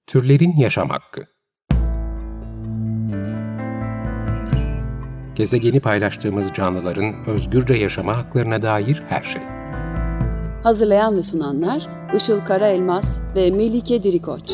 Türlerin yaşam hakkı. Gezegeni paylaştığımız canlıların özgürce yaşama haklarına dair her şey. Hazırlayan ve sunanlar Işıl Karaelmaz ve Melike Dirikoç.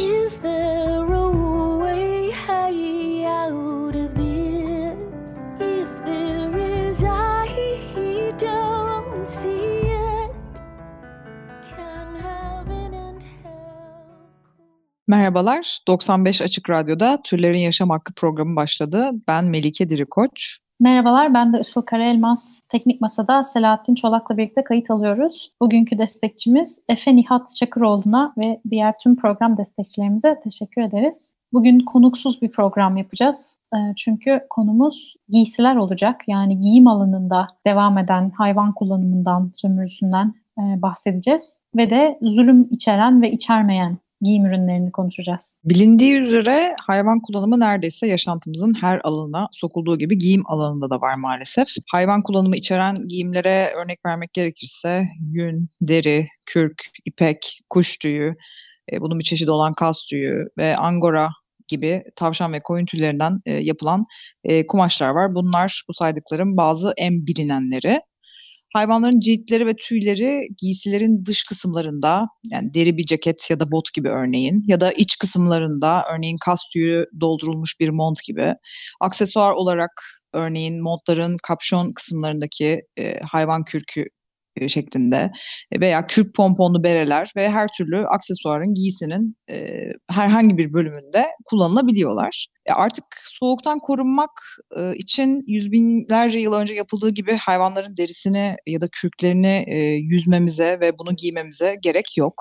Merhabalar, 95 Açık Radyo'da Türlerin Yaşam Hakkı programı başladı. Ben Melike Dirikoç. Merhabalar, ben de Işıl Karaelmaz. Teknik Masa'da Selahattin Çolak'la birlikte kayıt alıyoruz. Bugünkü destekçimiz Efe Nihat Çakıroğlu'na ve diğer tüm program destekçilerimize teşekkür ederiz. Bugün konuksuz bir program yapacağız. Çünkü konumuz giysiler olacak. Yani giyim alanında devam eden hayvan kullanımından, sömürüsünden bahsedeceğiz. Ve de zulüm içeren ve içermeyen giyim ürünlerini konuşacağız. Bilindiği üzere hayvan kullanımı neredeyse yaşantımızın her alanına sokulduğu gibi giyim alanında da var maalesef. Hayvan kullanımı içeren giyimlere örnek vermek gerekirse yün, deri, kürk, ipek, kuş tüyü, bunun bir çeşidi olan kas tüyü ve angora gibi tavşan ve koyun tüylerinden yapılan kumaşlar var. Bunlar bu saydıklarım bazı en bilinenleri. Hayvanların ciltleri ve tüyleri giysilerin dış kısımlarında, yani deri bir ceket ya da bot gibi örneğin, ya da iç kısımlarında örneğin kas tüyü doldurulmuş bir mont gibi, aksesuar olarak örneğin montların kapşon kısımlarındaki hayvan kürkü şeklinde veya kürk pomponlu bereler ve her türlü aksesuarın giysinin herhangi bir bölümünde kullanılabiliyorlar. Artık soğuktan korunmak için yüz binlerce yıl önce yapıldığı gibi hayvanların derisini ya da kürklerini yüzmemize ve bunu giymemize gerek yok.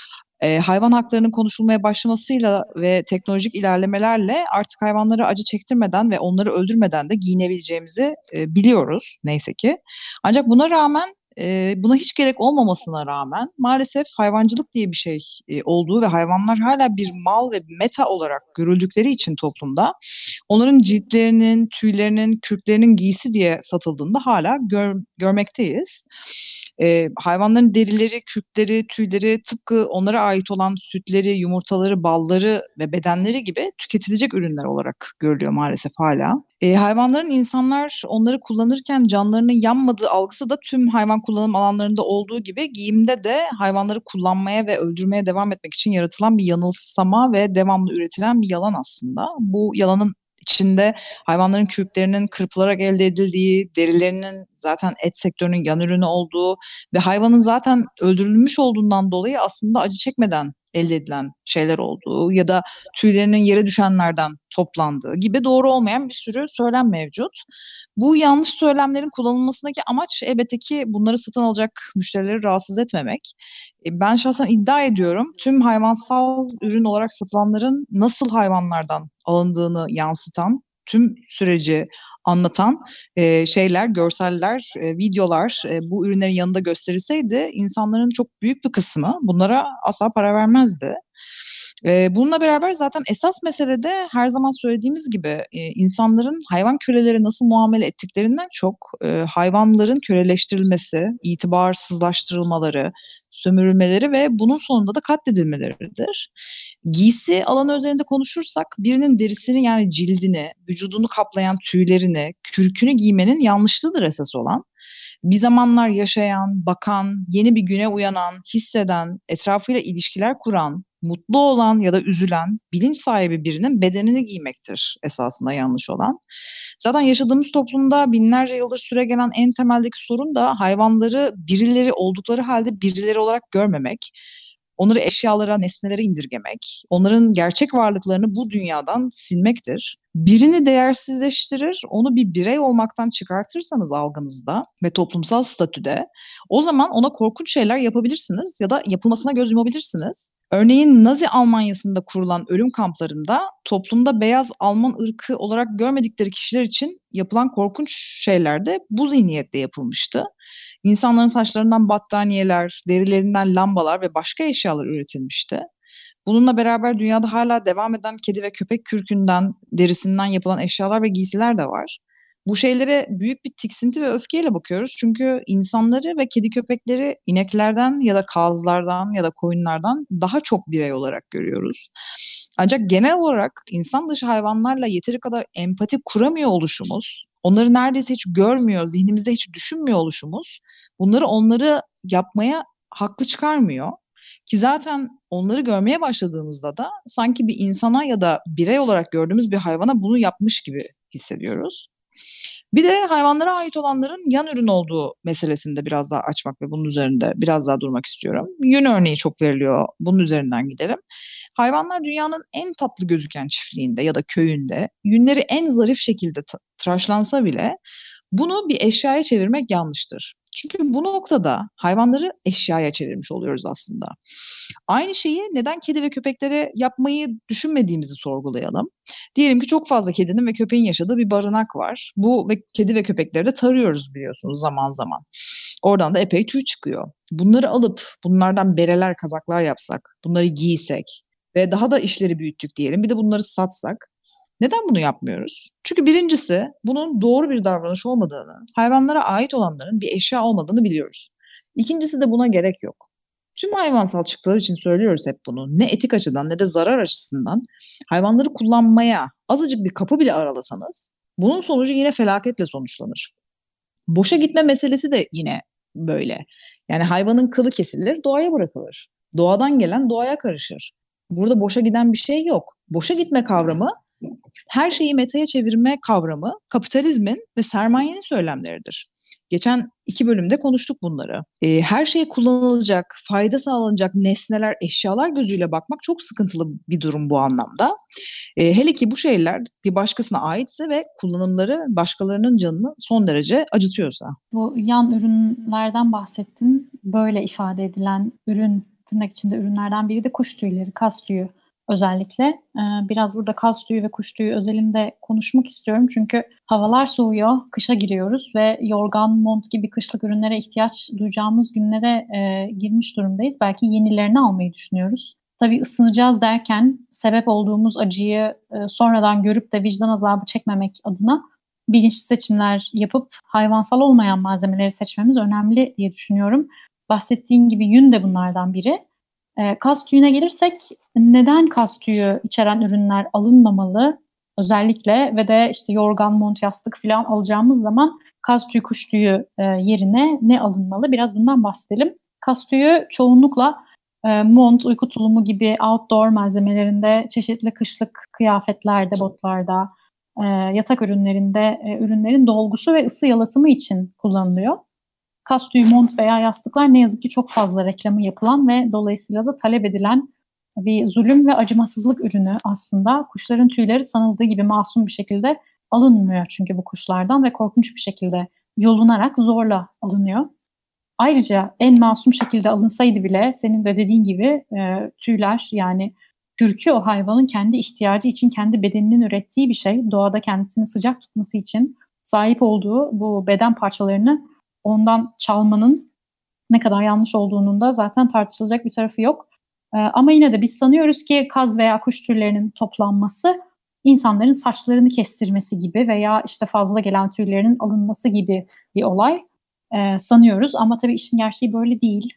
Hayvan haklarının konuşulmaya başlamasıyla ve teknolojik ilerlemelerle artık hayvanlara acı çektirmeden ve onları öldürmeden de giyinebileceğimizi biliyoruz neyse ki. Ancak buna rağmen buna hiç gerek olmamasına rağmen maalesef hayvancılık diye bir şey olduğu ve hayvanlar hala bir mal ve meta olarak görüldükleri için toplumda onların ciltlerinin, tüylerinin, kürklerinin giysi diye satıldığında hala görmekteyiz. Hayvanların derileri, kürkleri, tüyleri tıpkı onlara ait olan sütleri, yumurtaları, balları ve bedenleri gibi tüketilecek ürünler olarak görülüyor maalesef hala. Hayvanların insanlar onları kullanırken canlarının yanmadığı algısı da tüm hayvan kullanım alanlarında olduğu gibi giyimde de hayvanları kullanmaya ve öldürmeye devam etmek için yaratılan bir yanılsama ve devamlı üretilen bir yalan aslında. Bu yalanın içinde hayvanların kürklerinin kırpılarak elde edildiği, derilerinin zaten et sektörünün yan ürünü olduğu ve hayvanın zaten öldürülmüş olduğundan dolayı aslında acı çekmeden elde edilen şeyler olduğu ya da tüylerinin yere düşenlerden toplandığı gibi doğru olmayan bir sürü söylem mevcut. Bu yanlış söylemlerin kullanılmasındaki amaç elbette ki bunları satın alacak müşterileri rahatsız etmemek. Ben şahsen iddia ediyorum tüm hayvansal ürün olarak satılanların nasıl hayvanlardan alındığını yansıtan, tüm süreci anlatan şeyler, görseller, videolar bu ürünlerin yanında gösterilseydi insanların çok büyük bir kısmı bunlara asla para vermezdi. Bununla beraber zaten esas mesele de her zaman söylediğimiz gibi insanların hayvan köleleri nasıl muamele ettiklerinden çok hayvanların köleleştirilmesi, itibarsızlaştırılmaları, sömürülmeleri ve bunun sonunda da katledilmeleridir. Giysi alanı üzerinde konuşursak birinin derisini yani cildini, vücudunu kaplayan tüylerini, kürkünü giymenin yanlışlığıdır esas olan. Bir zamanlar yaşayan, bakan, yeni bir güne uyanan, hisseden, etrafıyla ilişkiler kuran, mutlu olan ya da üzülen, bilinç sahibi birinin bedenini giymektir esasında yanlış olan. Zaten yaşadığımız toplumda binlerce yıldır süregelen en temeldeki sorun da hayvanları birileri oldukları halde birileri olarak görmemek, onları eşyalara, nesnelere indirgemek, onların gerçek varlıklarını bu dünyadan silmektir. Birini değersizleştirir, onu bir birey olmaktan çıkartırsanız algınızda ve toplumsal statüde, o zaman ona korkunç şeyler yapabilirsiniz ya da yapılmasına göz yumabilirsiniz. Örneğin Nazi Almanyası'nda kurulan ölüm kamplarında toplumda beyaz Alman ırkı olarak görmedikleri kişiler için yapılan korkunç şeyler de bu zihniyette yapılmıştı. İnsanların saçlarından battaniyeler, derilerinden lambalar ve başka eşyalar üretilmişti. Bununla beraber dünyada hala devam eden kedi ve köpek kürkünden, derisinden yapılan eşyalar ve giysiler de var. Bu şeylere büyük bir tiksinti ve öfkeyle bakıyoruz. Çünkü insanları ve kedi köpekleri ineklerden ya da kazlardan ya da koyunlardan daha çok birey olarak görüyoruz. Ancak genel olarak insan dışı hayvanlarla yeteri kadar empati kuramıyor oluşumuz, onları neredeyse hiç görmüyor, zihnimizde hiç düşünmüyor oluşumuz, onları yapmaya haklı çıkarmıyor. Ki zaten onları görmeye başladığımızda da sanki bir insana ya da birey olarak gördüğümüz bir hayvana bunu yapmış gibi hissediyoruz. Bir de hayvanlara ait olanların yan ürün olduğu meselesini de biraz daha açmak ve bunun üzerinde biraz daha durmak istiyorum. Yün örneği çok veriliyor. Bunun üzerinden gidelim. Hayvanlar dünyanın en tatlı gözüken çiftliğinde ya da köyünde yünleri en zarif şekilde tıraşlansa bile bunu bir eşyaya çevirmek yanlıştır. Çünkü bu noktada hayvanları eşyaya çevirmiş oluyoruz aslında. Aynı şeyi neden kedi ve köpeklere yapmayı düşünmediğimizi sorgulayalım. Diyelim ki çok fazla kedinin ve köpeğin yaşadığı bir barınak var. Bu ve kedi ve köpekleri de tarıyoruz biliyorsunuz zaman zaman. Oradan da epey tüy çıkıyor. Bunları alıp bunlardan bereler, kazaklar yapsak, bunları giysek ve daha da işleri büyüttük diyelim. Bir de bunları satsak. Neden bunu yapmıyoruz? Çünkü birincisi bunun doğru bir davranış olmadığını, hayvanlara ait olanların bir eşya olmadığını biliyoruz. İkincisi de buna gerek yok. Tüm hayvansal çıktılar için söylüyoruz hep bunu. Ne etik açıdan ne de zarar açısından hayvanları kullanmaya azıcık bir kapı bile aralasanız bunun sonucu yine felaketle sonuçlanır. Boşa gitme meselesi de yine böyle. Yani hayvanın kılı kesilir, doğaya bırakılır. Doğadan gelen doğaya karışır. Burada boşa giden bir şey yok. Boşa gitme kavramı her şeyi metaya çevirme kavramı kapitalizmin ve sermayenin söylemleridir. Geçen 2 bölümde konuştuk bunları. Her şey kullanılacak, fayda sağlanacak nesneler, eşyalar gözüyle bakmak çok sıkıntılı bir durum bu anlamda. Hele ki bu şeyler bir başkasına aitse ve kullanımları başkalarının canını son derece acıtıyorsa. Bu yan ürünlerden bahsettin. Böyle ifade edilen ürün, tırnak içinde ürünlerden biri de kuş tüyleri, kaz tüyü özellikle. Biraz burada kaz tüyü ve kuş tüyü özelinde konuşmak istiyorum. Çünkü havalar soğuyor, kışa giriyoruz ve yorgan, mont gibi kışlık ürünlere ihtiyaç duyacağımız günlere girmiş durumdayız. Belki yenilerini almayı düşünüyoruz. Tabii ısınacağız derken sebep olduğumuz acıyı sonradan görüp de vicdan azabı çekmemek adına bilinçli seçimler yapıp hayvansal olmayan malzemeleri seçmemiz önemli diye düşünüyorum. Bahsettiğin gibi yün de bunlardan biri. Kaz tüyüne gelirsek neden kaz tüyü içeren ürünler alınmamalı özellikle ve de işte yorgan, mont, yastık falan alacağımız zaman kaz tüyü, kuş tüyü yerine ne alınmalı? Biraz bundan bahsedelim. Kaz tüyü çoğunlukla mont, uyku tulumu gibi outdoor malzemelerinde, çeşitli kışlık kıyafetlerde, botlarda, yatak ürünlerinde ürünlerin dolgusu ve ısı yalıtımı için kullanılıyor. Kaz tüyü, mont veya yastıklar ne yazık ki çok fazla reklamı yapılan ve dolayısıyla da talep edilen bir zulüm ve acımasızlık ürünü aslında. Kuşların tüyleri sanıldığı gibi masum bir şekilde alınmıyor çünkü bu kuşlardan ve korkunç bir şekilde yolunarak zorla alınıyor. Ayrıca en masum şekilde alınsaydı bile senin de dediğin gibi tüyler yani kürkü o hayvanın kendi ihtiyacı için kendi bedeninin ürettiği bir şey. Doğada kendisini sıcak tutması için sahip olduğu bu beden parçalarını ondan çalmanın ne kadar yanlış olduğunun da zaten tartışılacak bir tarafı yok. Ama yine de biz sanıyoruz ki kaz veya kuş türlerinin toplanması insanların saçlarını kestirmesi gibi veya işte fazla gelen tüylerinin alınması gibi bir olay sanıyoruz. Ama tabii işin gerçeği böyle değil.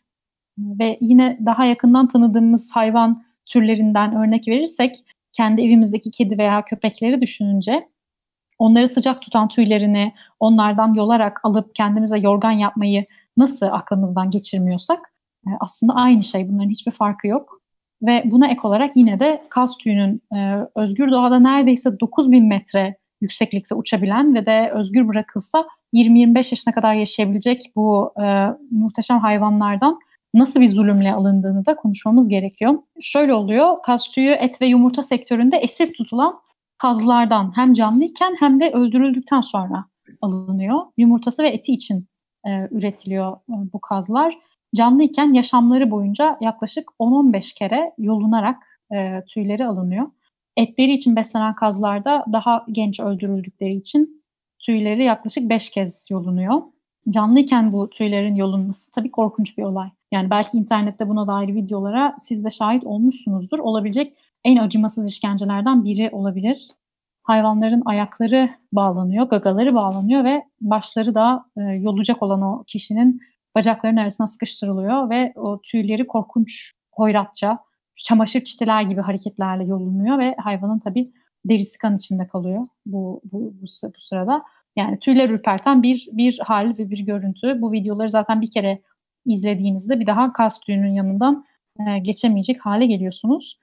Ve yine daha yakından tanıdığımız hayvan türlerinden örnek verirsek kendi evimizdeki kedi veya köpekleri düşününce onları sıcak tutan tüylerini onlardan yolarak alıp kendimize yorgan yapmayı nasıl aklımızdan geçirmiyorsak aslında aynı şey. Bunların hiçbir farkı yok. Ve buna ek olarak yine de kaz tüyünün özgür doğada neredeyse 9.000 metre yükseklikte uçabilen ve de özgür bırakılsa 20-25 yaşına kadar yaşayabilecek bu muhteşem hayvanlardan nasıl bir zulümle alındığını da konuşmamız gerekiyor. Şöyle oluyor, kaz tüyü et ve yumurta sektöründe esir tutulan kazlardan hem canlıyken hem de öldürüldükten sonra alınıyor. Yumurtası ve eti için üretiliyor bu kazlar. Canlıyken yaşamları boyunca yaklaşık 10-15 kere yolunarak tüyleri alınıyor. Etleri için beslenen kazlarda daha genç öldürüldükleri için tüyleri yaklaşık 5 kez yolunuyor. Canlıyken bu tüylerin yolunması tabii korkunç bir olay. Yani belki internette buna dair videolara siz de şahit olmuşsunuzdur. Olabilecek en acımasız işkencelerden biri olabilir. Hayvanların ayakları bağlanıyor, gagaları bağlanıyor ve başları da yolacak olan o kişinin bacaklarının arasına sıkıştırılıyor ve o tüyleri korkunç, hoyratça çamaşır çitiler gibi hareketlerle yolunuyor ve hayvanın tabii derisi kan içinde kalıyor bu sırada. Yani tüyler ürperten bir hal ve bir görüntü. Bu videoları zaten bir kere izlediğinizde bir daha kas tüyünün yanından geçemeyecek hale geliyorsunuz.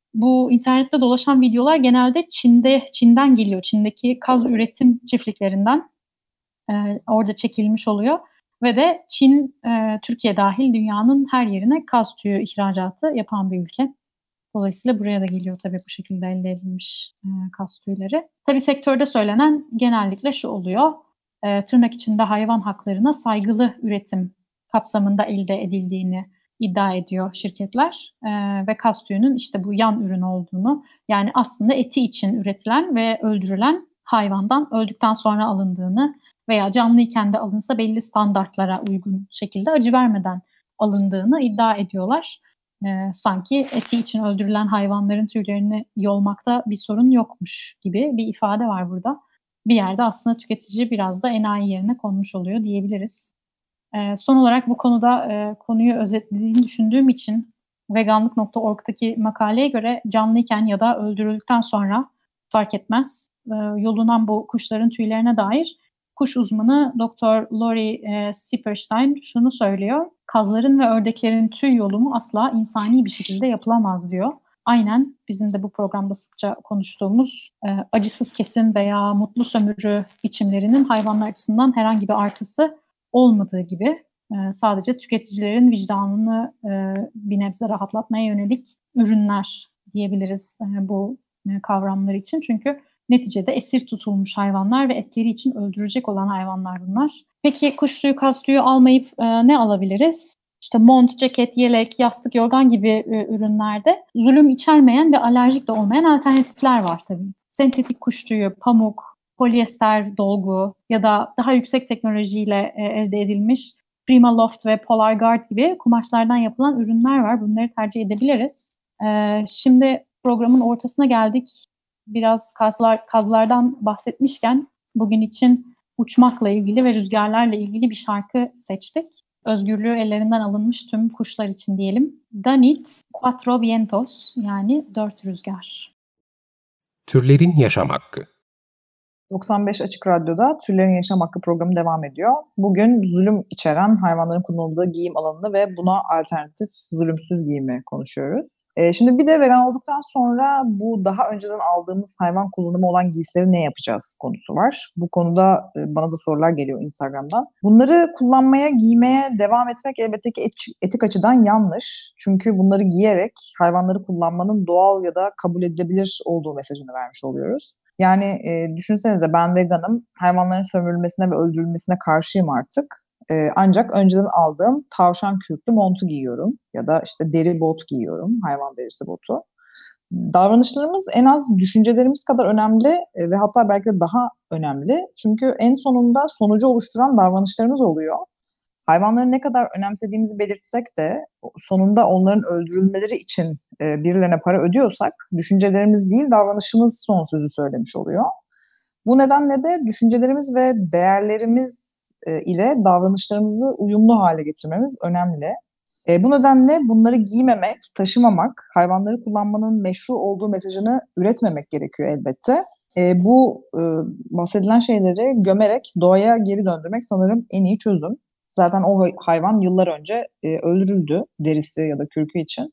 Bu internette dolaşan videolar genelde Çin'den geliyor. Çin'deki kaz üretim çiftliklerinden orada çekilmiş oluyor. Ve de Çin, Türkiye dahil dünyanın her yerine kaz tüyü ihracatı yapan bir ülke. Dolayısıyla buraya da geliyor tabii bu şekilde elde edilmiş kaz tüyleri. Tabii sektörde söylenen genellikle şu oluyor. Tırnak içinde hayvan haklarına saygılı üretim kapsamında elde edildiğini iddia ediyor şirketler. Ve kaz tüyünün işte bu yan ürün olduğunu, yani aslında eti için üretilen ve öldürülen hayvandan öldükten sonra alındığını veya canlıyken de alınsa belli standartlara uygun şekilde acı vermeden alındığını iddia ediyorlar. Sanki eti için öldürülen hayvanların tüylerini yolmakta bir sorun yokmuş gibi bir ifade var burada. Bir yerde aslında tüketici biraz da enayi yerine konmuş oluyor diyebiliriz. Son olarak bu konuda konuyu özetlediğini düşündüğüm için veganlık.org'daki makaleye göre canlıyken ya da öldürüldükten sonra fark etmez yolunan bu kuşların tüylerine dair kuş uzmanı Dr. Lori Sipperstein şunu söylüyor. Kazların ve ördeklerin tüy yolumu asla insani bir şekilde yapılamaz diyor. Aynen bizim de bu programda sıkça konuştuğumuz acısız kesim veya mutlu sömürü biçimlerinin hayvanlar açısından herhangi bir artısı olmadığı gibi sadece tüketicilerin vicdanını bir nebze rahatlatmaya yönelik ürünler diyebiliriz bu kavramlar için. Çünkü neticede esir tutulmuş hayvanlar ve etleri için öldürecek olan hayvanlar bunlar. Peki kuş tüyü, kaz tüyü almayıp ne alabiliriz? İşte mont, ceket, yelek, yastık, yorgan gibi ürünlerde zulüm içermeyen ve alerjik de olmayan alternatifler var tabii. Sentetik kuş tüyü, pamuk, polyester dolgu ya da daha yüksek teknolojiyle elde edilmiş Primaloft ve Polar Guard gibi kumaşlardan yapılan ürünler var. Bunları tercih edebiliriz. Şimdi programın ortasına geldik. Biraz kazlardan bahsetmişken bugün için uçmakla ilgili ve rüzgarlarla ilgili bir şarkı seçtik. Özgürlüğü ellerinden alınmış tüm kuşlar için diyelim. Danit Cuatro Vientos, yani 4 rüzgar. Türlerin Yaşam Hakkı. 95 Açık Radyo'da Türlerin Yaşam Hakkı programı devam ediyor. Bugün zulüm içeren hayvanların kullanıldığı giyim alanını ve buna alternatif zulümsüz giyimi konuşuyoruz. Şimdi bir de vegan olduktan sonra bu daha önceden aldığımız hayvan kullanımı olan giysileri ne yapacağız konusu var. Bu konuda bana da sorular geliyor Instagram'dan. Bunları kullanmaya, giymeye devam etmek elbette ki etik açıdan yanlış. Çünkü bunları giyerek hayvanları kullanmanın doğal ya da kabul edilebilir olduğu mesajını vermiş oluyoruz. Yani düşünsenize, ben veganım, hayvanların sömürülmesine ve öldürülmesine karşıyım artık. Ancak önceden aldığım tavşan kürklü montu giyiyorum ya da işte deri bot giyiyorum, hayvan derisi botu. Davranışlarımız en az düşüncelerimiz kadar önemli ve hatta belki de daha önemli. Çünkü en sonunda sonucu oluşturan davranışlarımız oluyor. Hayvanları ne kadar önemsediğimizi belirtsek de sonunda onların öldürülmeleri için birilerine para ödüyorsak düşüncelerimiz değil, davranışımız son sözü söylemiş oluyor. Bu nedenle de düşüncelerimiz ve değerlerimiz ile davranışlarımızı uyumlu hale getirmemiz önemli. Bu nedenle bunları giymemek, taşımamak, hayvanları kullanmanın meşru olduğu mesajını üretmemek gerekiyor elbette. Bu bahsedilen şeyleri gömerek doğaya geri döndürmek sanırım en iyi çözüm. Zaten o hayvan yıllar önce öldürüldü derisi ya da kürkü için.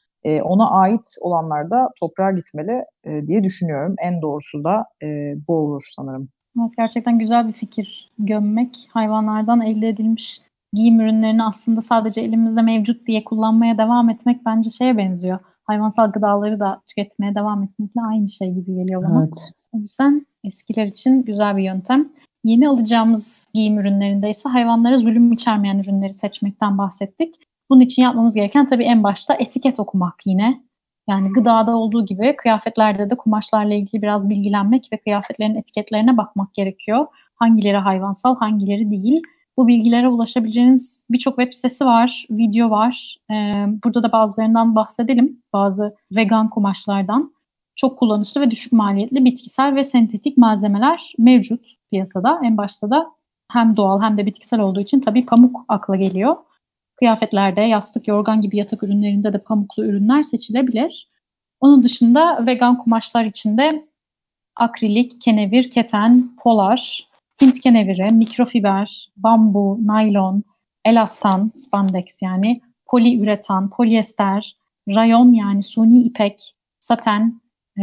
Ona ait olanlar da toprağa gitmeli diye düşünüyorum. En doğrusu da bu olur sanırım. Evet, gerçekten güzel bir fikir. Gömmek, hayvanlardan elde edilmiş giyim ürünlerini aslında sadece elimizde mevcut diye kullanmaya devam etmek bence şeye benziyor. Hayvansal gıdaları da tüketmeye devam etmekle aynı şey gibi geliyor bana. Evet. O yüzden eskiler için güzel bir yöntem. Yeni alacağımız giyim ürünlerinde ise hayvanlara zulüm içermeyen ürünleri seçmekten bahsettik. Bunun için yapmamız gereken tabii en başta etiket okumak yine. Yani gıdada olduğu gibi kıyafetlerde de kumaşlarla ilgili biraz bilgilenmek ve kıyafetlerin etiketlerine bakmak gerekiyor. Hangileri hayvansal, hangileri değil. Bu bilgilere ulaşabileceğiniz birçok web sitesi var, video var. Burada da bazılarından bahsedelim. Bazı vegan kumaşlardan çok kullanışlı ve düşük maliyetli bitkisel ve sentetik malzemeler mevcut piyasada. En başta da hem doğal hem de bitkisel olduğu için tabii pamuk akla geliyor. Kıyafetlerde, yastık, yorgan gibi yatak ürünlerinde de pamuklu ürünler seçilebilir. Onun dışında vegan kumaşlar içinde akrilik, kenevir, keten, polar, Hint keneviri, mikrofiber, bambu, naylon, elastan, spandex yani poliüretan, polyester, rayon yani suni ipek, saten,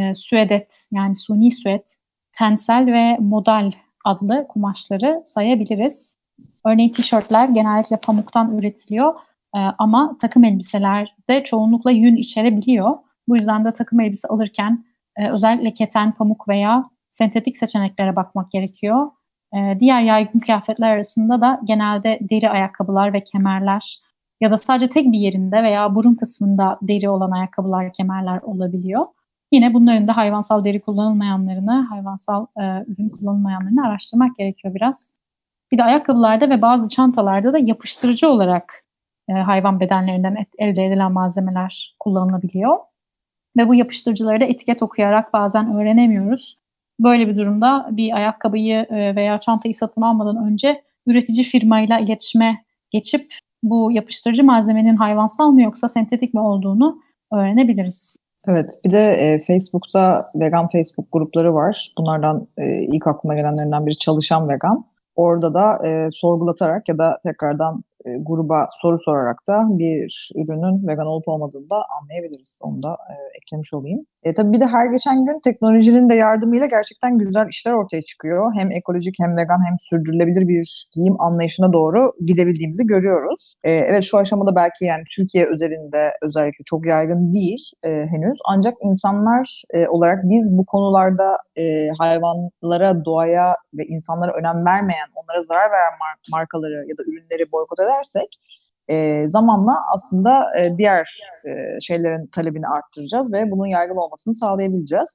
süedet yani suni süet, tensel ve modal adlı kumaşları sayabiliriz. Örneğin tişörtler genellikle pamuktan üretiliyor ama takım elbiseler de çoğunlukla yün içerebiliyor. Bu yüzden de takım elbise alırken özellikle keten, pamuk veya sentetik seçeneklere bakmak gerekiyor. Diğer yaygın kıyafetler arasında da genelde deri ayakkabılar ve kemerler ya da sadece tek bir yerinde veya burun kısmında deri olan ayakkabılar, kemerler olabiliyor. Yine bunların da hayvansal deri kullanılmayanlarını, hayvansal ürün kullanılmayanlarını araştırmak gerekiyor biraz. Bir de ayakkabılarda ve bazı çantalarda da yapıştırıcı olarak hayvan bedenlerinden elde edilen malzemeler kullanılabiliyor. Ve bu yapıştırıcıları da etiket okuyarak bazen öğrenemiyoruz. Böyle bir durumda bir ayakkabıyı veya çantayı satın almadan önce üretici firmayla iletişime geçip bu yapıştırıcı malzemenin hayvansal mı yoksa sentetik mi olduğunu öğrenebiliriz. Evet, bir de Facebook'ta vegan Facebook grupları var. Bunlardan ilk aklıma gelenlerinden biri Çalışan Vegan. Orada da sorgulatarak ya da tekrardan gruba soru sorarak da bir ürünün vegan olup olmadığını da anlayabiliriz. Onu da eklemiş olayım. Tabii bir de her geçen gün teknolojinin de yardımıyla gerçekten güzel işler ortaya çıkıyor. Hem ekolojik hem vegan hem sürdürülebilir bir giyim anlayışına doğru gidebildiğimizi görüyoruz. Evet, şu aşamada belki yani Türkiye özelinde özellikle çok yaygın değil henüz. Ancak insanlar olarak biz bu konularda hayvanlara, doğaya ve insanlara önem vermeyen, onlara zarar veren markaları ya da ürünleri boykot edersek zamanla aslında diğer şeylerin talebini arttıracağız ve bunun yaygın olmasını sağlayabileceğiz.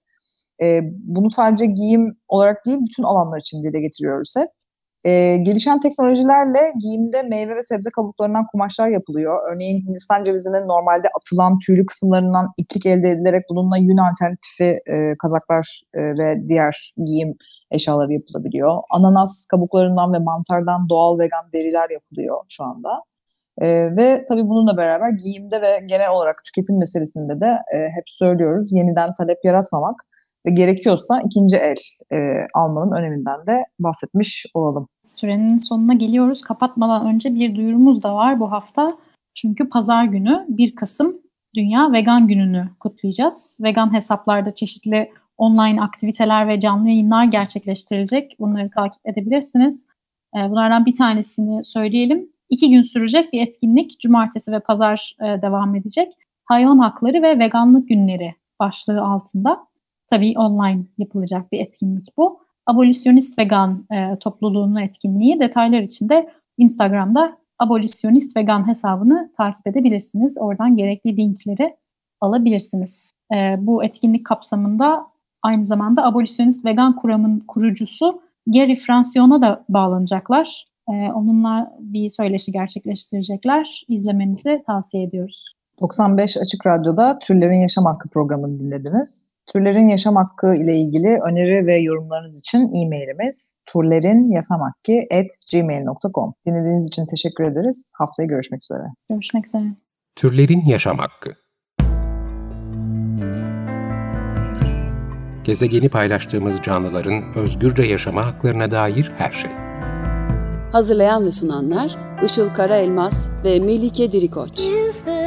Bunu sadece giyim olarak değil, bütün alanlar için dile getiriyoruz hep. Gelişen teknolojilerle giyimde meyve ve sebze kabuklarından kumaşlar yapılıyor. Örneğin Hindistan cevizinin normalde atılan tüylü kısımlarından iplik elde edilerek bununla yün alternatifi kazaklar ve diğer giyim eşyaları yapılabiliyor. Ananas kabuklarından ve mantardan doğal vegan deriler yapılıyor şu anda. Ve tabii bununla beraber giyimde ve genel olarak tüketim meselesinde de hep söylüyoruz, yeniden talep yaratmamak ve gerekiyorsa ikinci el almanın öneminden de bahsetmiş olalım. Sürenin sonuna geliyoruz. Kapatmadan önce bir duyurumuz da var bu hafta. Çünkü pazar günü 1 Kasım Dünya Vegan Günü'nü kutlayacağız. Vegan hesaplarda çeşitli online aktiviteler ve canlı yayınlar gerçekleştirilecek. Bunları takip edebilirsiniz. Bunlardan bir tanesini söyleyelim. 2 gün sürecek bir etkinlik. Cumartesi ve pazar devam edecek. Hayvan hakları ve veganlık günleri başlığı altında. Tabii online yapılacak bir etkinlik bu. Abolisyonist Vegan topluluğunun etkinliği. Detaylar için de Instagram'da Abolisyonist Vegan hesabını takip edebilirsiniz. Oradan gerekli linkleri alabilirsiniz. Bu etkinlik kapsamında aynı zamanda Abolisyonist Vegan kuramın kurucusu Gary Francion'a da bağlanacaklar. Onunla bir söyleşi gerçekleştirecekler. İzlemenizi tavsiye ediyoruz. 95 Açık Radyo'da Türlerin Yaşam Hakkı programını dinlediniz. Türlerin Yaşam Hakkı ile ilgili öneri ve yorumlarınız için e-mailimiz turlerinyasamhakkı@gmail.com. Dinlediğiniz için teşekkür ederiz. Haftaya görüşmek üzere. Görüşmek üzere. Türlerin Yaşam Hakkı. Gezegeni paylaştığımız canlıların özgürce yaşama haklarına dair her şey. Hazırlayan ve sunanlar Işıl Karaelmaz ve Melike Dirikoç.